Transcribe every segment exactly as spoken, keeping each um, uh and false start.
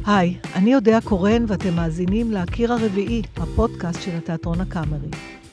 היי, אני יודע קורן ואתם מאזינים להכיר הרביעי, הפודקאסט של התיאטרון הקאמרי.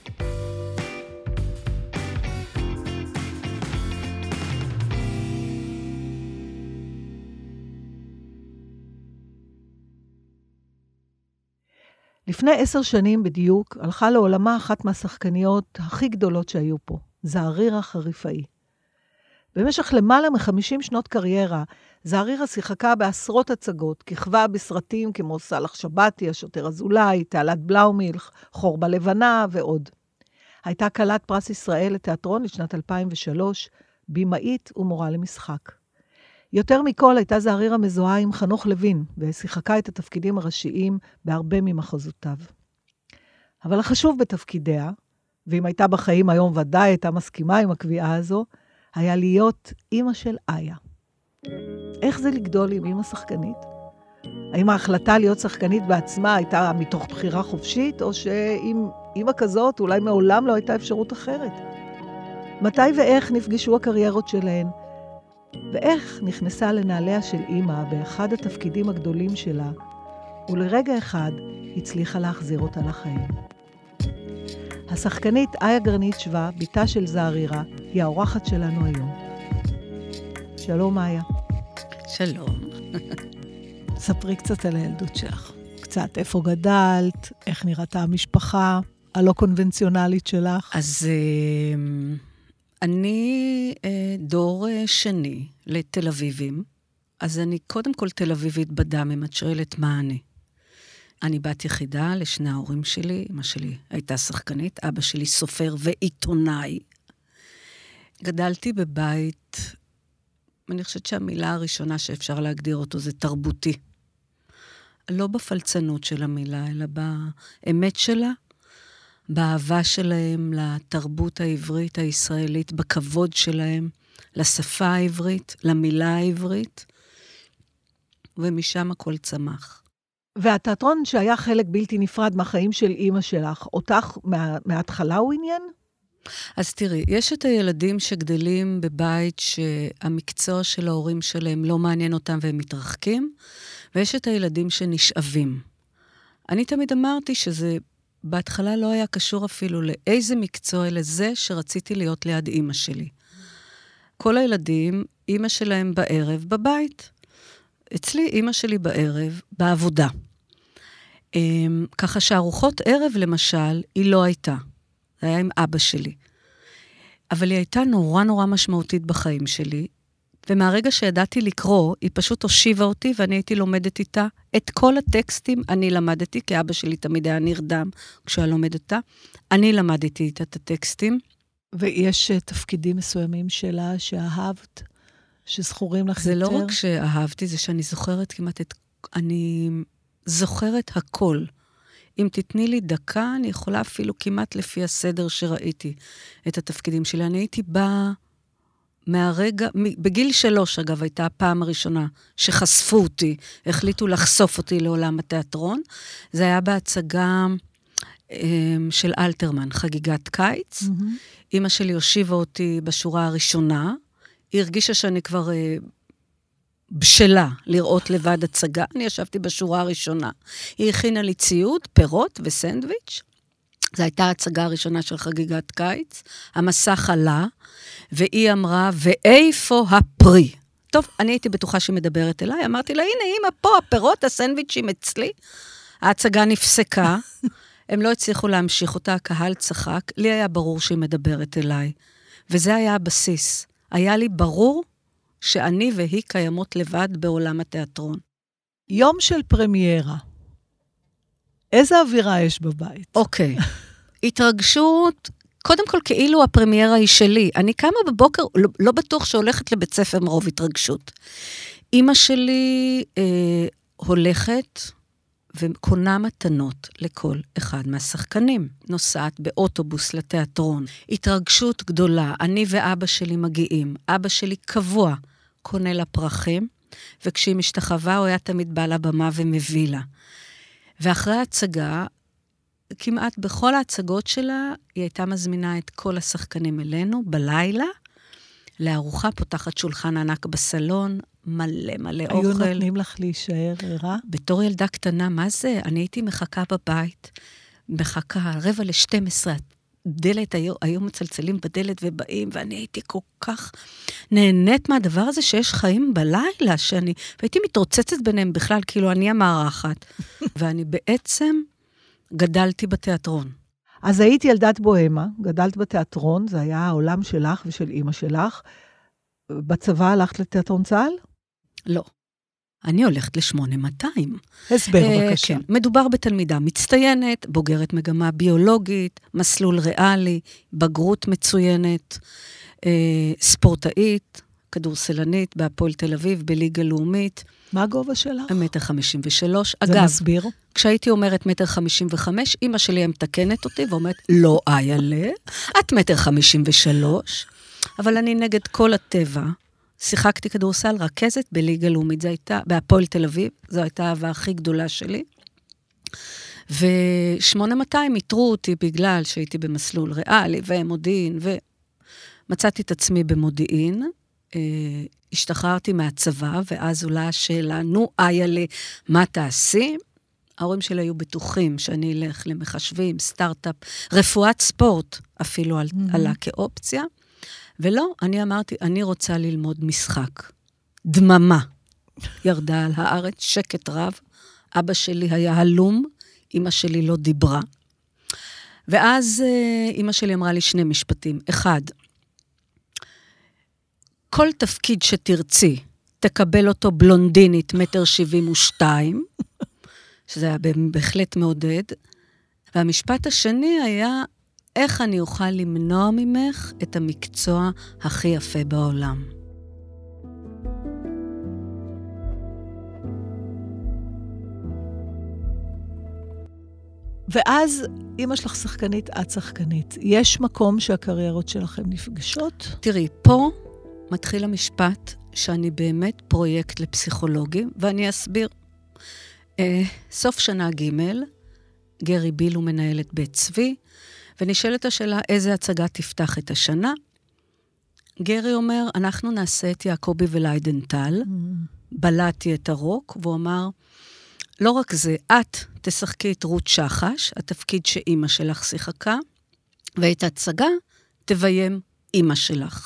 לפני עשר שנים בדיוק הלכה לעולמה אחת מהשחקניות הכי גדולות שהיו פה, זערירה חריפאי. במשך למעלה מחמישים שנות קריירה, זערירה שיחקה בעשרות הצגות, כיכבה בסרטים כמו סלח שבתי, השוטר אזולאי, תעלת בלאומילך, חור בלבנה ועוד. הייתה כלת פרס ישראל לתיאטרון לשנת אלפיים ושלוש, בימאית ומורה למשחק. יותר מכל הייתה זערירה מזוהה עם חנוך לוין, ושיחקה את התפקידים הראשיים בהרבה ממחוזותיו. אבל החשוב בתפקידיה, ואם הייתה בחיים היום ודאי הייתה מסכימה עם הקביעה הזו, היה להיות אימא של איה. איך זה לגדול עם אימא שחקנית? האם ההחלטה להיות שחקנית בעצמה הייתה מתוך בחירה חופשית, או שאם אימא כזאת אולי מעולם לא הייתה אפשרות אחרת? מתי ואיך נפגשו הקריירות שלהן? ואיך נכנסה לנעליה של אימא באחד התפקידים הגדולים שלה, ולרגע אחד הצליחה להחזיר אותה לחיים. השחקנית איה גרניצ'בה, ביתה של זערירה, היא האורחת שלנו היום. שלום איה. שלום. ספרי קצת על הילדות שלך. קצת איפה גדלת, איך נראתה המשפחה, הלא קונבנציונלית שלך. אז אני דור שני לתל אביבים, אז אני קודם כל תל אביבית בדם, אם את שואלת מה אני. אני בת יחידה לשני ההורים שלי, אמא שלי הייתה שחקנית, אבא שלי סופר ועיתונאי. גדלתי בבית, אני חושבת שהמילה הראשונה שאפשר להגדיר אותו זה תרבותי. לא בפלצנות של המילה, אלא באמת שלה, באהבה שלהם לתרבות העברית הישראלית, בכבוד שלהם, לשפה העברית, למילה העברית, ומשם הכל צמח. והתיאטרון שהיה חלק בלתי נפרד מהחיים של אימא שלך, אותך מה, מההתחלה הוא עניין? אז תראי, יש את הילדים שגדלים בבית שהמקצוע של ההורים שלהם לא מעניין אותם והם מתרחקים, ויש את הילדים שנשאבים. אני תמיד אמרתי שזה בהתחלה לא היה קשור אפילו לאיזה מקצוע, אלא זה שרציתי להיות ליד אימא שלי. כל הילדים, אימא שלהם בערב בבית. אצלי אימא שלי בערב, בעבודה. ככה שארוחות ערב למשל, היא לא הייתה. זה היה עם אבא שלי. אבל היא הייתה נורא נורא משמעותית בחיים שלי, ומהרגע שידעתי לקרוא, היא פשוט הושיבה אותי, ואני הייתי לומדת איתה. את כל הטקסטים אני למדתי, כי אבא שלי תמיד היה נרדם כשהוא לומד אותה. אני למדתי איתה את הטקסטים. ויש תפקידים מסוימים שלה שאהבת? שזכורים לך יותר? זה לא רק שאהבתי, זה שאני זוכרת כמעט את... אני זוכרת הכל. אם תתני לי דקה, אני יכולה אפילו כמעט לפי הסדר שראיתי את התפקידים שלי. אני הייתי באה מהרגע... בגיל שלוש, אגב, הייתה הפעם הראשונה שחשפו אותי, החליטו לחשוף אותי לעולם התיאטרון. זה היה בהצגה של אלתרמן, חגיגת קיץ. Mm-hmm. אמא שלי הושיבה אותי בשורה הראשונה, היא הרגישה שאני כבר אה, בשלה לראות לבד הצגה. אני ישבתי בשורה הראשונה. היא הכינה לי ציוד, פירות וסנדוויץ'. זו הייתה ההצגה הראשונה של חגיגת קיץ. המסך עלה, והיא אמרה, ואיפה הפרי? טוב, אני הייתי בטוחה שהיא מדברת אליי. אמרתי לה, הנה, אמא, פה הפירות, הסנדוויצ'ים אצלי. ההצגה נפסקה. הם לא הצליחו להמשיך אותה, הקהל צחק. לי היה ברור שהיא מדברת אליי. וזה היה הבסיס. היה לי ברור שאני והיא קיימות לבד בעולם התיאטרון. יום של פרמיירה. איזה אווירה יש בבית? אוקיי. התרגשות, קודם כל כאילו הפרמיירה היא שלי. אני קמה בבוקר, לא, לא בטוח שהולכת לבית ספר מרוב התרגשות. אמא שלי אה, הולכת וקונה מתנות לכל אחד מהשחקנים. נוסעת באוטובוס לתיאטרון. התרגשות גדולה. אני ואבא שלי מגיעים. אבא שלי קבוע קונה לה פרחים, וכשהיא משתחווה הוא היה תמיד בא לבמה ומביא לה. ואחרי ההצגה, כמעט בכל ההצגות שלה, היא הייתה מזמינה את כל השחקנים אלינו בלילה, לארוחה פותחת שולחן ענק בסלון, מלא מלא אוכל. היו נותנים לך להישאר ערה? בתור ילדה קטנה, מה זה? אני הייתי מחכה בבית, מחכה רבע ל-שתים עשרה, דלת, היו, היו מצלצלים בדלת ובאים, ואני הייתי כל כך נהנית מהדבר הזה שיש חיים בלילה, שאני, והייתי מתרוצצת ביניהם בכלל, כאילו אני המערכת. ואני בעצם גדלתי בתיאטרון. אז היית ילדת בוהמה, גדלת בתיאטרון, זה היה העולם שלך ושל אמא שלך. בצבא הלכת לתיאטרון צה"ל? לא. אני הולכת ל-שמונה מאתיים. הסבר בבקשה. כן, מדובר בתלמידה מצטיינת, בוגרת מגמה ביולוגית, מסלול ריאלי, בגרות מצוינת, ספורטאית, כדורסלנית, בהפועל תל אביב, בליגה לאומית. מה הגובה שלך? מטר חמישים ושלוש. זה אגב, מסביר? כשהייתי אומרת מטר חמישים וחמש, אמא שלי מתקנת אותי ואומרת, לא איילה, את מטר חמישים ושלוש, אבל אני נגד כל הטבע. שיחקתי כדורסל רכזת בליגה לאומית, זה הייתה, בהפועל תל אביב, זו הייתה האהבה הכי גדולה שלי. ו-שמונה מאתיים יתרו אותי בגלל שהייתי במסלול ריאלי ומודיעין, ומצאתי את עצמי במודיעין, השתחררתי מהצבא, ואז עולה השאלה, נו, איילה, מה תעשי? ההורים שלי היו בטוחים שאני אלך למחשבים, סטארט-אפ, רפואת ספורט, אפילו mm-hmm. עלה כאופציה, ולא, אני אמרתי, אני רוצה ללמוד משחק. דממה. ירדה על הארץ, שקט רב. אבא שלי היה הלום, אמא שלי לא דיברה. ואז אמא שלי אמרה לי שני משפטים. אחד, כל תפקיד שתרצי, תקבל אותו בלונדינית, מטר שבעים ושתיים, שזה היה בהחלט מעודד. והמשפט השני היה, איך אני אוכל למנוע ממך את המקצוע הכי יפה בעולם. ואז, אמא שלך שחקנית, את שחקנית. יש מקום שהקריירות שלכם נפגשות? תראי, פה מתחיל המשפט שאני באמת פרויקט לפסיכולוגים, ואני אסביר. אה, סוף שנה ג', גרי ביל הוא מנהלת בית צבי, ונשאלת השאלה, איזה הצגה תפתח את השנה? גרי אומר, אנחנו נעשה את יעקובי וליידנטל, mm. בלעתי את הרוק, והוא אמר, לא רק זה, את תשחקי את רות שחש, התפקיד שאימא שלך שיחקה, ואת ההצגה תביים אימא שלך.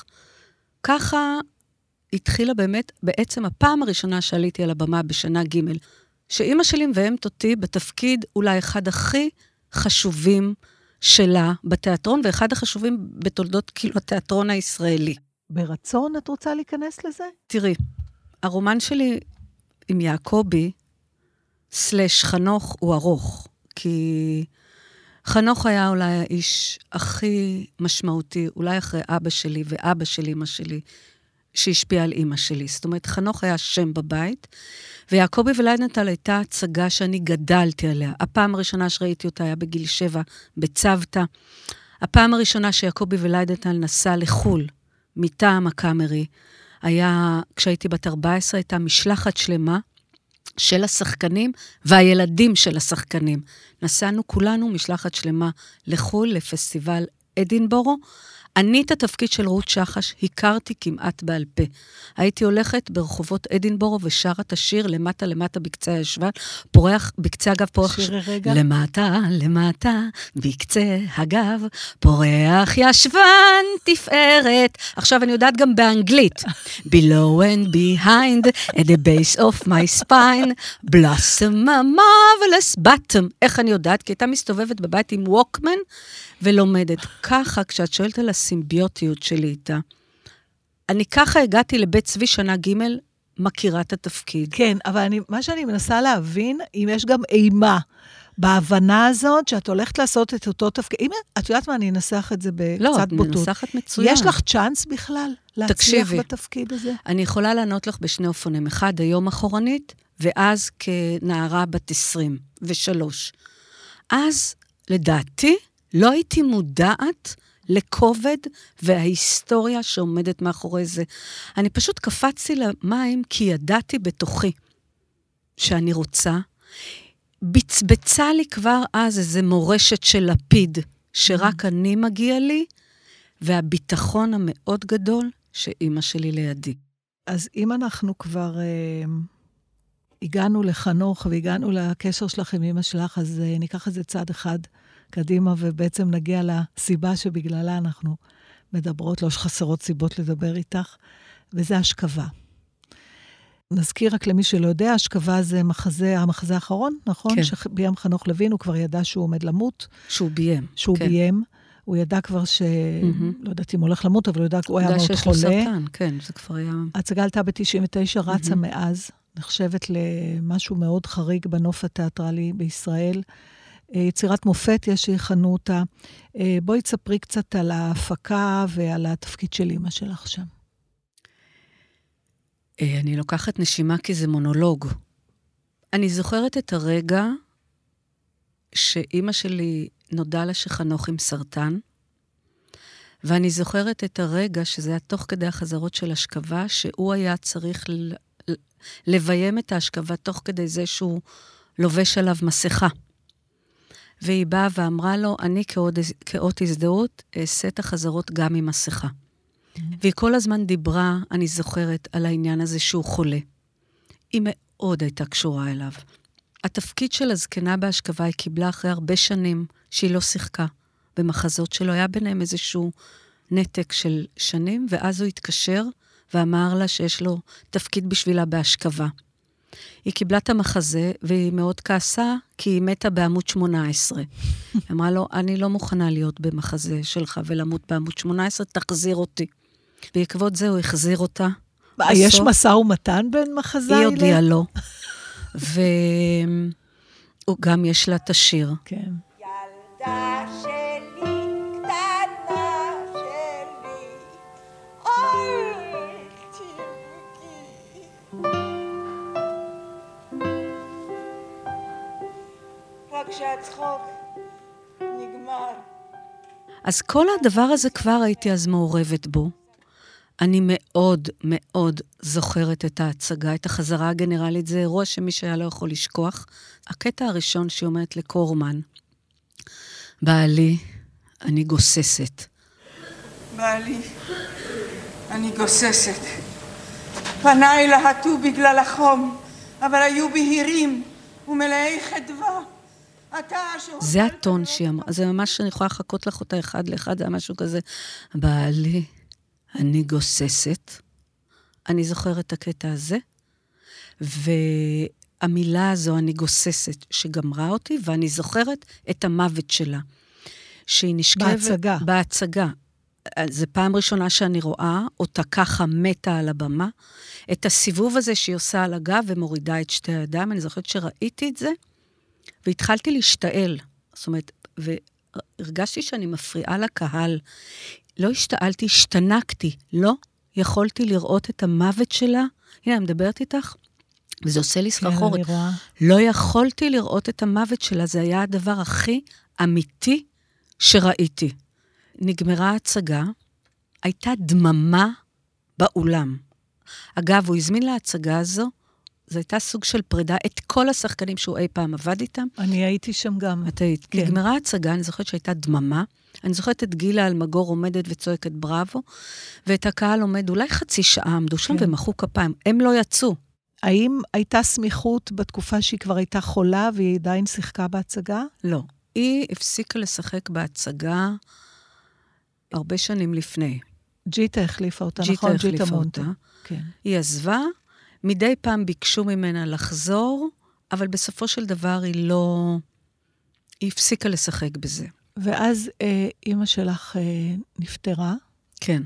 ככה התחילה באמת, בעצם הפעם הראשונה שעליתי על הבמה בשנה ג', שאימא שלי מביימת אותי בתפקיד אולי אחד הכי חשובים שלה בתיאטרון, ואחד החשובים בתולדות כאילו התיאטרון הישראלי. ברצון את רוצה להיכנס לזה? תראי, הרומן שלי עם יעקובי, סלש חנוך, הוא ארוך, כי חנוך היה אולי האיש הכי משמעותי, אולי אחרי אבא שלי ואבא של אמא שלי, שהשפיע על אמא שלי. זאת אומרת, חנוך היה שם בבית, ויעקובי וליידנטל הייתה הצגה שאני גדלתי עליה. הפעם הראשונה שראיתי אותה היה בגיל שבע, בצוותא. הפעם הראשונה שיעקובי וליידנטל נסע לחול, מטעם הקאמרי, היה, כשהייתי בת ארבע עשרה, הייתה משלחת שלמה של השחקנים והילדים של השחקנים. נסענו כולנו משלחת שלמה לחול, לפסטיבל אדינבורו. אני את התפקיד של רות שחש הכרתי כמעט בעל פה. הייתי הולכת ברחובות אדינבורו ושרה את השיר למטה למטה בקצה הישבן, פורח, בקצה הגב פורח... שיר רגע. למטה למטה בקצה הגב, פורח ישבן תפארת. עכשיו אני יודעת גם באנגלית. Below and behind, at the base of my spine, blossom a marvelous bottom. איך אני יודעת? כי הייתה מסתובבת בבית עם ווקמן, ולומדת. ככה, כשאת שואלת על הסימביוטיות שלי איתה, אני ככה הגעתי לבית צבי שנה ג' מכירה את התפקיד. כן, אבל אני, מה שאני מנסה להבין, אם יש גם אימה בהבנה הזאת, שאת הולכת לעשות את אותו תפקיד. אם את יודעת מה, אני אנסח את זה בקצת לא, בוטות. לא, את מנסחת מצוין. יש לך צ'אנס בכלל להצליח תקשיבי, בתפקיד הזה? אני יכולה לענות לך בשני אופנים. אחד, היום אחורנית, ואז כנערה בת עשרים ושלוש. אז, לדעתי, לא הייתי מודעת לכובד וההיסטוריה שעומדת מאחורי זה. אני פשוט קפצתי למים כי ידעתי בתוכי שאני רוצה. בצבצה לי כבר אז איזה מורשת של לפיד, שרק mm. אני מגיע לי, והביטחון המאוד גדול שאימא שלי לידי. אז אם אנחנו כבר אה, הגענו לחנוך והגענו לקשר שלך עם אמא שלך, אז אה, ניקח את זה צעד אחד קדימה, ובעצם נגיע לסיבה שבגללה אנחנו מדברות, לא שחסרות סיבות לדבר איתך, וזה השכבה. נזכיר רק למי שלא יודע, השכבה זה מחזה, המחזה האחרון, נכון? כן. שביים חנוך לוין, הוא כבר ידע שהוא עומד למות. שהוא ביים. שהוא כן. ביים. הוא ידע כבר ש... Mm-hmm. לא יודעת אם הוא הולך למות, אבל הוא ידע, הוא היה מאוד חולה. הוא ידע שיש לו סרטן, כן, זה כבר היה... ההצגה עלתה ב-תשעים ותשע, רצה mm-hmm. מאז, נחשבת למשהו מאוד חריג בנוף התיאטרלי בישראל. יצירת מופת, יש שיכנו אותה. בואי תספרי קצת על ההפקה ועל התפקיד של אמא שלך שם. אני לוקחת נשימה כי זה מונולוג. אני זוכרת את הרגע שאימא שלי נודע לה שחנוך עם סרטן, ואני זוכרת את הרגע שזה היה תוך כדי החזרות של השכבה, שהוא היה צריך לביים את ההשכבה תוך כדי זה שהוא לובש עליו מסכה. והיא באה ואמרה לו, אני כאות, כאות הזדהות אעשה את החזרות גם עם מסכה. והיא כל הזמן דיברה, אני זוכרת, על העניין הזה שהוא חולה. היא מאוד הייתה קשורה אליו. התפקיד של הזקנה בהשכבה היא קיבלה אחרי הרבה שנים שהיא לא שיחקה במחזות שלו. היה ביניהם איזשהו נתק של שנים, ואז הוא התקשר ואמר לה שיש לו תפקיד בשבילה בהשכבה. היא קיבלה את המחזה, והיא מאוד כעסה, כי היא מתה בעמוד שמונה עשרה. היא אמרה לו, אני לא מוכנה להיות במחזה שלך ולמות בעמוד שמונה עשרה, תחזיר אותי. בעקבות זה הוא החזיר אותה. יש מסע ומתן בין מחזה? היא הודיעה לו. וגם יש לה את השיר. כן. ילדה שלי, קטנה שלי, אל תבכי. רק שהצחוק נגמר. אז כל הדבר הזה כבר הייתי אז מעורבת בו. אני מאוד מאוד זוכרת את ההצגה, את החזרה הגנרלית. זה אירוע שמי שהיה לא יכול לשכוח. הקטע הראשון שהיא אומרת לקורמן, בעלי, אני גוססת. בעלי, אני גוססת. פניי להטו בגלל החום, אבל היו בהירים ומלאי חדווה. זה הטון שהיא אמרה, זה ממש שאני יכולה לחכות לך אותה אחד לאחד, זה היה משהו כזה, בעלי, אני גוססת, אני זוכרת את הקטע הזה, והמילה הזו, אני גוססת, שגמרה אותי, ואני זוכרת את המוות שלה, שהיא נשכבת... בהצגה. בהצגה. זו פעם ראשונה שאני רואה אותה ככה מתה על הבמה, את הסיבוב הזה שהיא עושה על הגב ומורידה את שתי הידיים, אני זוכרת שראיתי את זה, והתחלתי להשתעל, זאת אומרת, והרגשתי שאני מפריעה לקהל, לא השתעלתי, השתנקתי, לא יכולתי לראות את המוות שלה, הנה, אני מדברת איתך, וזה עושה לי סחרחורת, כן, לא יכולתי לראות את המוות שלה, זה היה הדבר הכי אמיתי שראיתי. נגמרה ההצגה, הייתה דממה באולם. אגב, הוא הזמין להצגה הזו, זו הייתה סוג של פרידה, את כל השחקנים שהוא אי פעם עבד איתם. אני הייתי שם גם. את היית. כן. נגמרה ההצגה, אני זוכרת שהייתה דממה, אני זוכרת את גילה אלמגור עומדת וצועקת בראבו, ואת הקהל עומד אולי חצי שעה, עמדו שם כן. ומחאו כפיים, הם לא יצאו. האם הייתה סמיכות בתקופה שהיא כבר הייתה חולה, והיא עדיין שיחקה בהצגה? לא. היא הפסיקה לשחק בהצגה הרבה שנים לפני. ג'יטה החליפה אותה, ג'יטה נכון? החליפה ג'יטה מונטה. אותה. כן. היא עזבה, מדי פעם ביקשו ממנה לחזור, אבל בסופו של דבר היא לא... היא הפסיקה לשחק בזה. ואז אה, אמא שלך אה, נפטרה. כן.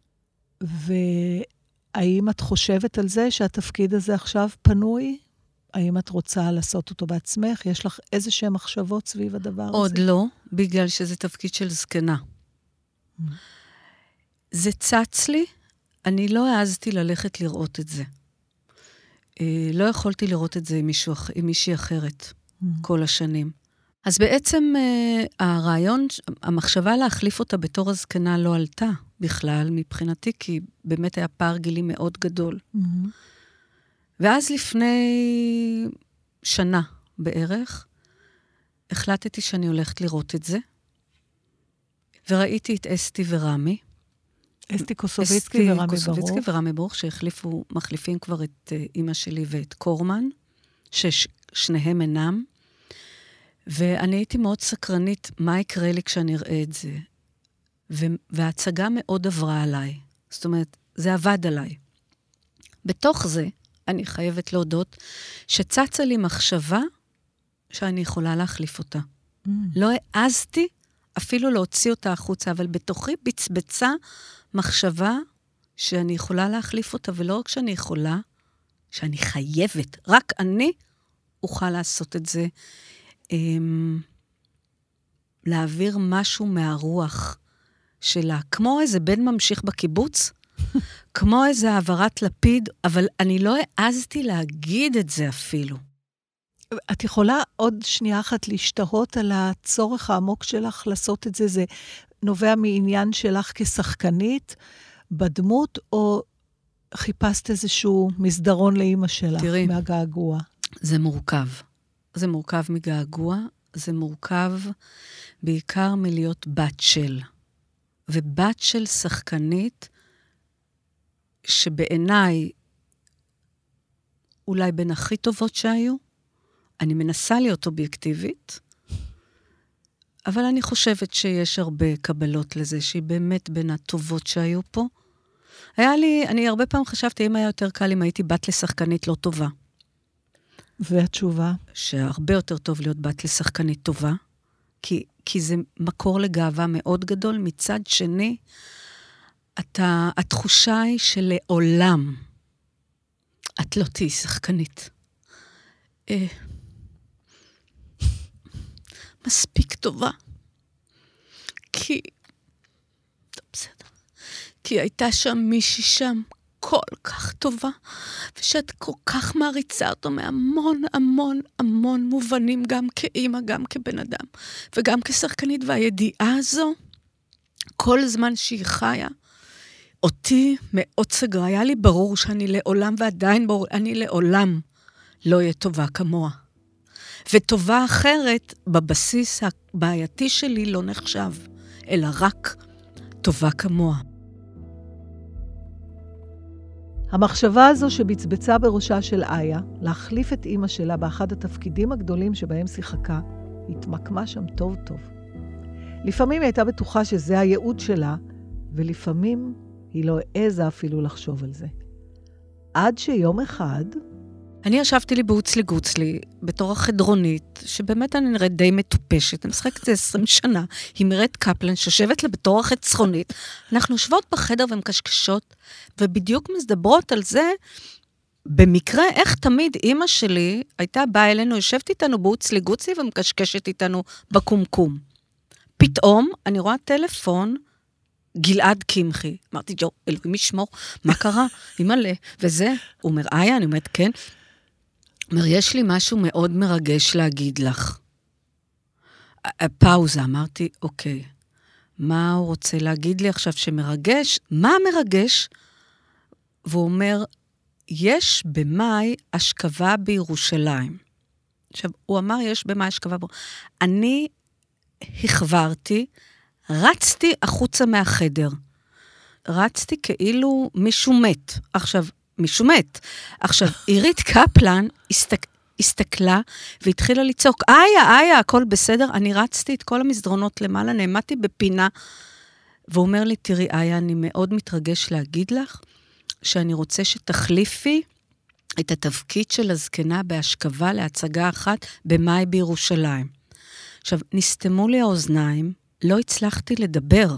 והאם את חושבת על זה שהתפקיד הזה עכשיו פנוי? האם את רוצה לעשות אותו בעצמך? יש לך איזה שהן מחשבות סביב הדבר הזה? עוד לא, בגלל שזה תפקיד של זקנה. Mm. זה צץ לי, אני לא העזתי ללכת לראות את זה. לא יכולתי לראות את זה עם, מישהו, עם מישהי אחרת mm. כל השנים. אז בעצם הרעיון, המחשבה להחליף אותה בתור הזקנה לא עלתה בכלל מבחינתי, כי באמת היה פער גילי מאוד גדול. Mm-hmm. ואז לפני שנה בערך, החלטתי שאני הולכת לראות את זה, וראיתי את אסתי ורמי. אסתי קוסוביצקי ורמי ברוך. קוסוביצקי ורמי ברוך, שהחליפו, מחליפים כבר את אמא שלי ואת קורמן, ששניהם אינם. ואני הייתי מאוד סקרנית, מה יקרה לי כשאני אראה את זה? וההצגה מאוד עברה עליי. זאת אומרת, זה עבד עליי. בתוך זה, אני חייבת להודות, שצצה לי מחשבה שאני יכולה להחליף אותה. Mm. לא העזתי אפילו להוציא אותה החוצה, אבל בתוכי בצבצה מחשבה שאני יכולה להחליף אותה, ולא רק שאני יכולה, שאני חייבת. רק אני אוכל לעשות את זה. להעביר משהו מהרוח שלה, כמו איזה בן ממשיך בקיבוץ, כמו איזה העברת לפיד, אבל אני לא העזתי להגיד את זה אפילו. את יכולה עוד שנייה אחת להשתהות על הצורך העמוק שלך לעשות את זה? זה נובע מעניין שלך כשחקנית בדמות, או חיפשת איזשהו מסדרון לאמא שלך תראי, מהגעגוע? זה מורכב. זה מורכב מגעגוע, זה מורכב בעיקר מלהיות בת של. ובת של שחקנית, שבעיניי אולי בין הכי טובות שהיו, אני מנסה להיות אובייקטיבית, אבל אני חושבת שיש הרבה קבלות לזה, שהיא באמת בין הטובות שהיו פה. היה לי, אני הרבה פעם חשבתי, אם היה יותר קל אם הייתי בת לשחקנית לא טובה. והתשובה? שהרבה יותר טוב להיות בת לשחקנית טובה, כי, כי זה מקור לגאווה מאוד גדול. מצד שני, אתה, התחושה היא שלעולם את לא תהי שחקנית. אה, מספיק טובה. כי, בסדר, כי הייתה שם מישהי שם, כל כך טובה, ושאת כל כך מעריצה אותו מהמון, המון, המון מובנים, גם כאימא, גם כבן אדם, וגם כשחקנית, והידיעה הזו, כל זמן שהיא חיה, אותי מאוד סגרה. היה לי ברור שאני לעולם, ועדיין ברור, אני לעולם לא אהיה טובה כמוה. וטובה אחרת, בבסיס הבעייתי שלי לא נחשב, אלא רק טובה כמוה. המחשבה הזו שבצבצה בראשה של איה, להחליף את אמא שלה באחד התפקידים הגדולים שבהם שיחקה, התמקמה שם טוב טוב. לפעמים היא הייתה בטוחה שזה הייעוד שלה, ולפעמים היא לא העזה אפילו לחשוב על זה. עד שיום אחד... אני ישבתי לי בוצלי גוצלי, בתור החדרונית, שבאמת אני נראית די מטופשת, אני משחקת את זה עשרים שנה, היא מראת קפלן, שושבת לה בתור החצרונית, אנחנו יושבות בחדר ומקשקשות, ובדיוק מזדברות על זה, במקרה, איך תמיד אמא שלי הייתה באה אלינו, יושבת איתנו בוצלי גוצלי, ומקשקשת איתנו בקומקום. פתאום אני רואה טלפון, גלעד קמחי, אמרתי, ג'ו, אלוהים ישמור, מה קרה? היא מלא, וזה, הוא אומר, איה, אני אומרת, כן, אומר, יש לי משהו מאוד מרגש להגיד לך. פאוזה, אמרתי, אוקיי, מה הוא רוצה להגיד לי עכשיו שמרגש? מה מרגש? והוא אומר, יש במאי אשכבה בירושלים. עכשיו, הוא אמר, יש במאי אשכבה בירושלים. אני החברתי, רצתי החוצה מהחדר. רצתי כאילו מישהו מת. עכשיו, מישהו מת. עכשיו, עירית קפלן הסתק... הסתכלה והתחילה לצעוק, איה, איה, הכל בסדר. אני רצתי את כל המסדרונות למעלה, נעמדתי בפינה, והוא אומר לי, תראי, איה, אני מאוד מתרגש להגיד לך, שאני רוצה שתחליפי את התפקיד של הזקנה בהשכבה להצגה אחת במאי בירושלים. עכשיו, נסתמו לי האוזניים, לא הצלחתי לדבר.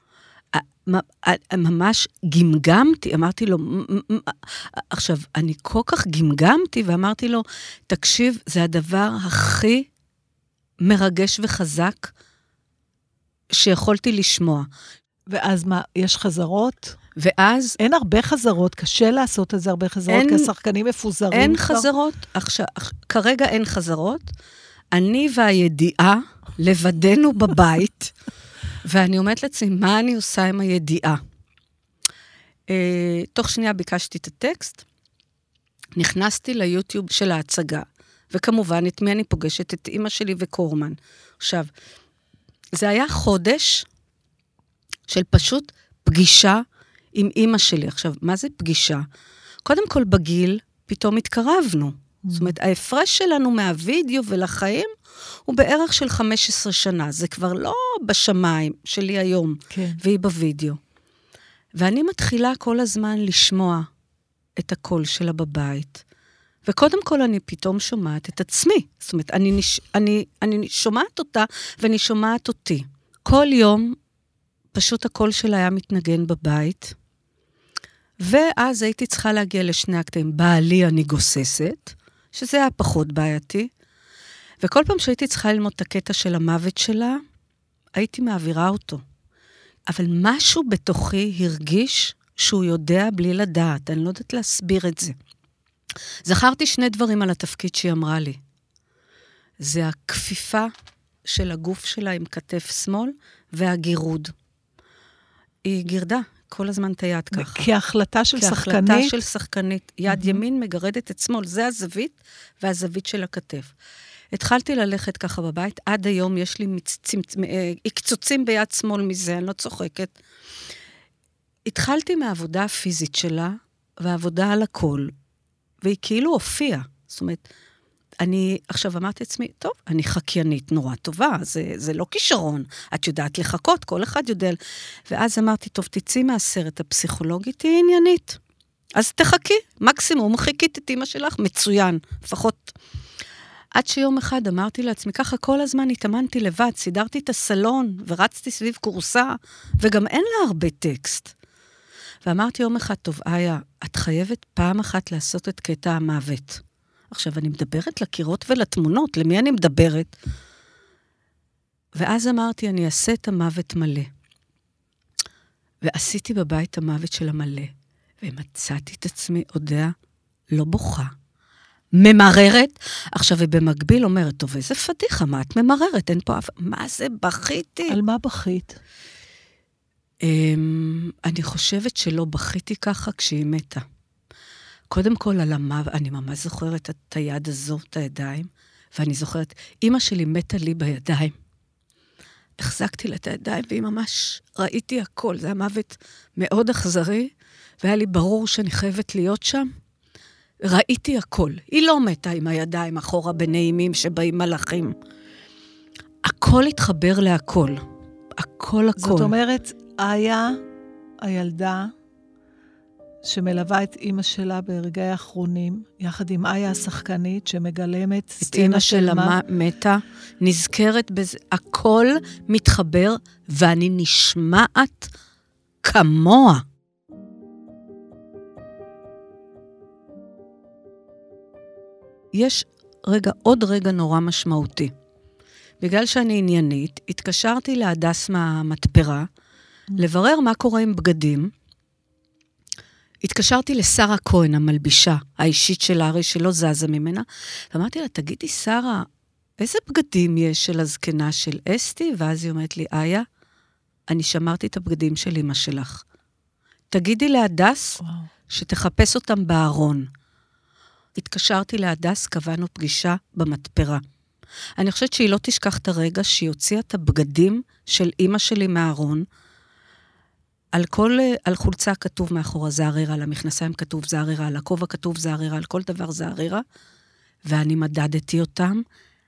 ממש גמגמתי, אמרתי לו, עכשיו, אני כל כך גמגמתי, ואמרתי לו, תקשיב, זה הדבר הכי מרגש וחזק שיכולתי לשמוע. ואז מה, יש חזרות? ואז... אין הרבה חזרות, קשה לעשות את זה הרבה חזרות, אין, כי השחקנים מפוזרים. אין כבר. חזרות, עכשיו, כרגע אין חזרות. אני והידיעה לבדנו בבית, ואני אומרת לעצמי, מה אני עושה עם הידיעה? אה, תוך שנייה ביקשתי את הטקסט, נכנסתי ליוטיוב של ההצגה, וכמובן, את מי אני פוגשת? את אמא שלי וקורמן. עכשיו, זה היה חודש של פשוט פגישה עם אמא שלי. עכשיו, מה זה פגישה? קודם כל, בגיל, פתאום התקרבנו. Mm-hmm. זאת אומרת, ההפרש שלנו מהווידאו ולחיים, הוא בערך של חמש עשרה שנה. זה כבר לא בשמיים שלי היום, כן. והיא בווידאו. ואני מתחילה כל הזמן לשמוע את הקול שלה בבית. וקודם כל אני פתאום שומעת את עצמי. זאת אומרת, אני, נש... אני, אני שומעת אותה ואני שומעת אותי. כל יום פשוט הקול שלה היה מתנגן בבית, ואז הייתי צריכה להגיע לשני הקטעים. בעלי אני גוססת, שזה היה פחות בעייתי, וכל פעם שהייתי צריכה ללמוד את הקטע של המוות שלה, הייתי מעבירה אותו. אבל משהו בתוכי הרגיש שהוא יודע בלי לדעת, אני לא יודעת להסביר את זה. זכרתי שני דברים על התפקיד שהיא אמרה לי. זה הכפיפה של הגוף שלה עם כתף שמאל, והגירוד. היא גירדה כל הזמן את היד ככה. כהחלטה של שחקנית? כהחלטה של שחקנית. יד mm-hmm. ימין מגרדת את שמאל, זה הזווית, והזווית של הכתף. התחלתי ללכת ככה בבית, עד היום יש לי קצוצים ביד שמאל מזה, אני לא צוחקת. התחלתי מהעבודה הפיזית שלה, והעבודה על הכל, והיא כאילו הופיעה. זאת אומרת, אני עכשיו אמרתי לעצמי, טוב, אני חקיינית נורא טובה, זה, זה לא כישרון, את יודעת לחכות, כל אחד יודע. ואז אמרתי, טוב, תצאי מהסרט הפסיכולוגית, היא עניינית. אז תחכי, מקסימום, חיכית את אמא שלך, מצוין, לפחות. עד שיום אחד אמרתי לעצמי, ככה כל הזמן התאמנתי לבד, סידרתי את הסלון, ורצתי סביב קורסה, וגם אין לה הרבה טקסט. ואמרתי יום אחד, טוב, איה, את חייבת פעם אחת לעשות את קטע המוות. עכשיו, אני מדברת לקירות ולתמונות, למי אני מדברת? ואז אמרתי, אני אעשה את המוות מלא. ועשיתי בבית המוות של המלא, ומצאתי את עצמי, יודע, לא בוכה. ממררת, עכשיו היא במקביל אומרת, טוב, איזה פדיחה, מה את ממררת? אין פה אף... מה זה, בכיתי? על מה בכית? אני חושבת שלא בכיתי ככה כשהיא מתה. קודם כל על המוות, אני ממש זוכרת את היד הזו, את הידיים, ואני זוכרת, אמא שלי מתה לי בידיים. החזקתי לה את הידיים, והיא ממש, ראיתי הכל, זה המוות מאוד אכזרי, והיה לי ברור שאני חייבת להיות שם. ראיתי הכל. היא לא מתה עם הידיים אחורה בנעימים שבאים מלאכים. הכל התחבר להכל. הכל הכל. זאת אומרת, איה, הילדה, שמלווה את אמא שלה ברגעי האחרונים, יחד עם איה השחקנית שמגלמת את אמא שלה מה... מתה, נזכרת בזה, הכל מתחבר, ואני נשמעת כמוה. יש רגע, עוד רגע נורא משמעותי. בגלל שאני עניינית, התקשרתי להדס מהמטפרה, לברר מה קורה עם בגדים. התקשרתי לשרה כהן, המלבישה, האישית של הארי, שלא זזה ממנה, ואמרתי לה, תגידי, שרה, איזה בגדים יש של הזקנה של אסתי? ואז היא אומרת לי, איה, אני שמרתי את הבגדים של אמא שלך. תגידי להדס, וואו. שתחפש אותם בארון. התקשרתי להדס, קבענו פגישה במטפרה. אני חושבת שהיא לא תשכח את הרגע שהיא הוציאה את הבגדים של אמא שלי מהארון, על כל, על חולצה כתוב מאחורה זערירה, על המכנסיים כתוב זערירה, על הכובע כתוב זערירה, על כל דבר זערירה, ואני מדדתי אותם.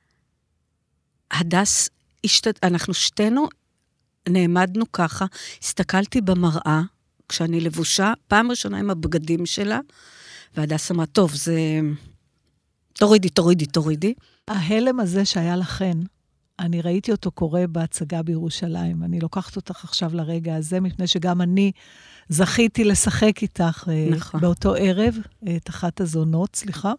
הדס, השת... אנחנו שתינו נעמדנו ככה, הסתכלתי במראה, כשאני לבושה, פעם ראשונה עם הבגדים שלה, והדס אמרה, טוב, זה... תורידי, תורידי, תורידי. ההלם הזה שהיה לכן, אני ראיתי אותו קורה בהצגה בירושלים. אני לוקחת אותך עכשיו לרגע הזה, מפני שגם אני זכיתי לשחק איתך נכון. באותו ערב, את אחת הזונות, סליחה.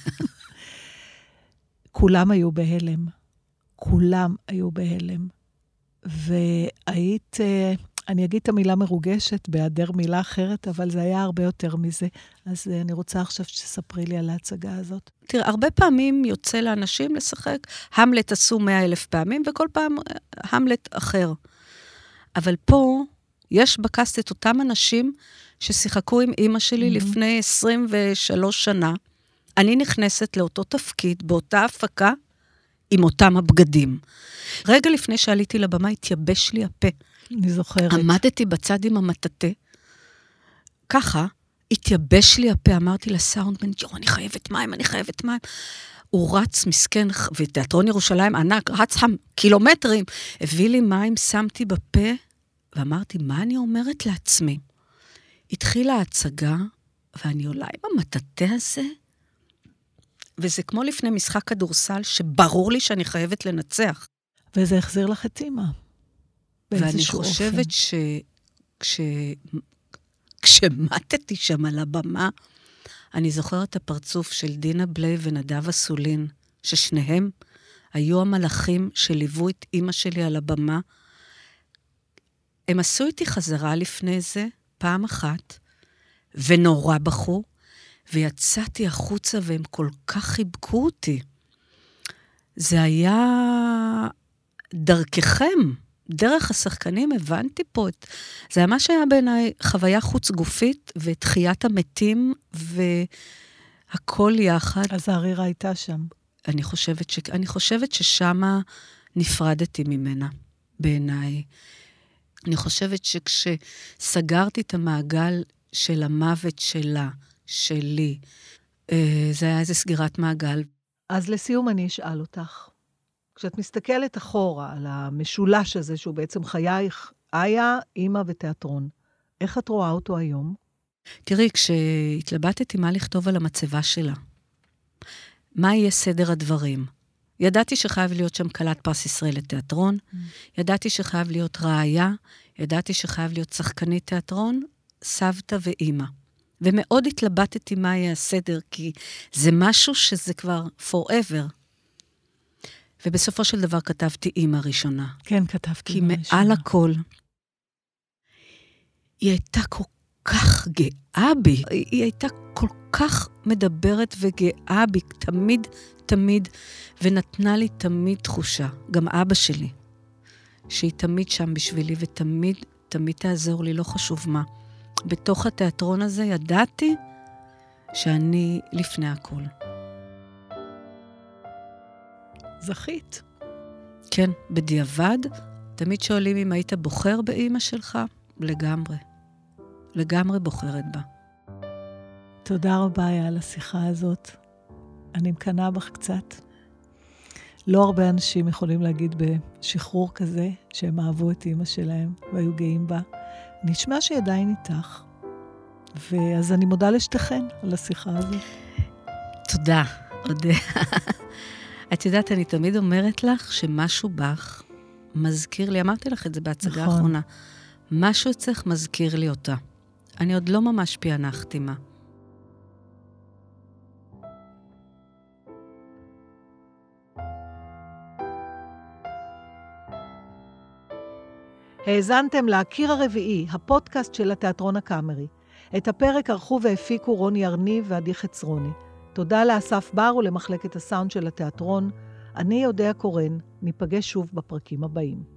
כולם היו בהלם. כולם היו בהלם. והיית, אני אגיד את המילה מרוגשת, בהיעדר מילה אחרת, אבל זה היה הרבה יותר מזה. אז אני רוצה עכשיו שתספרי לי על ההצגה הזאת. תראה, הרבה פעמים יוצא לאנשים לשחק, המלט עשו מאה אלף פעמים, וכל פעם המלט אחר. אבל פה יש בקאסט את אותם אנשים ששיחקו עם אמא שלי mm-hmm. לפני עשרים ושלוש שנה. אני נכנסת לאותו תפקיד, באותה הפקה, עם אותם הבגדים. רגע לפני שעליתי לבמה, התייבש לי הפה. אני זוכרת. עמדתי בצד עם המטאטה, ככה, התייבש לי הפה, אמרתי לסאונדמן, יו, אני חייבת מים, אני חייבת מים. הוא רץ מסכן, ותיאטרון ירושלים ענק, רץ שם קילומטרים, הביא לי מים, שמתי בפה, ואמרתי, מה אני אומרת לעצמי? התחילה ההצגה, ואני עולה עם המטאטה הזה, וזה כמו לפני משחק כדורסל, שברור לי שאני חייבת לנצח. וזה החזיר לך את אימא. ואני חושבת ש... כש... כשמתתי שם על הבמה, אני זוכרת את הפרצוף של דינה בלי ונדב אסולין, ששניהם היו המלאכים שליוו את אימא שלי על הבמה. הם עשו איתי חזרה לפני זה, פעם אחת, ונורא בכו, ויצאתי החוצה והם כל כך חיבקו אותי. זה היה דרככם, דרך השחקנים, הבנתי פה את... זה היה מה שהיה בעיניי חוויה חוץ גופית, ותחיית המתים, והכל יחד. אז הארירה הייתה שם. אני חושבת, ש... אני חושבת ששמה נפרדתי ממנה, בעיניי. אני חושבת שכשסגרתי את המעגל של המוות שלה, שלי, זה היה איזו סגירת מעגל. אז לסיום אני אשאל אותך. כשאת מסתכלת אחורה על המשולש הזה, שהוא בעצם חייך, איה, אימא ותיאטרון, איך את רואה אותו היום? תראי, כשהתלבטתי מה לכתוב על המצבה שלה, מה יהיה סדר הדברים? ידעתי שחייב להיות שם קלת פרס ישראל לתיאטרון, mm. ידעתי שחייב להיות ראיה, ידעתי שחייב להיות שחקנית תיאטרון, סבתא ואימא. ומאוד התלבטתי מה יהיה הסדר, כי זה משהו שזה כבר forever. ובסופו של דבר כתבתי אימא ראשונה. כן, כתבתי אימא ראשונה. כי מעל הכל, היא הייתה כל כך גאה בי. היא הייתה כל כך מדברת וגאה בי, תמיד, תמיד, ונתנה לי תמיד תחושה, גם אבא שלי, שהיא תמיד שם בשבילי, ותמיד, תמיד תעזור לי, לא חשוב מה. בתוך התיאטרון הזה ידעתי שאני לפני הכל. זכית. כן, בדיעבד, תמיד שואלים אם היית בוחר באמא שלך, לגמרי. לגמרי בוחרת בה. תודה רבה היה על השיחה הזאת. אני מקנה בך קצת. לא הרבה אנשים יכולים להגיד בשחרור כזה, שהם אהבו את אמא שלהם והיו גאים בה. נשמע שהיא עדיין איתך. ואז אני מודה לשתיכן על השיחה הזאת. תודה, תודה. את יודעת, אני תמיד אומרת לך שמשהו בך מזכיר לי, אמרתי לך את זה בהצגה נכון. האחרונה, משהו אצלך מזכיר לי אותה. אני עוד לא ממש פענחתי מה. האזנתם להכיר הרביעי, הפודקאסט של התיאטרון הקאמרי. את הפרק ערכו והפיקו רוני ארניב ועדי חצרוני. תודה לאסף בר ולמחלקת הסאונד של התיאטרון. אני יודע קורן, ניפגש שוב בפרקים הבאים.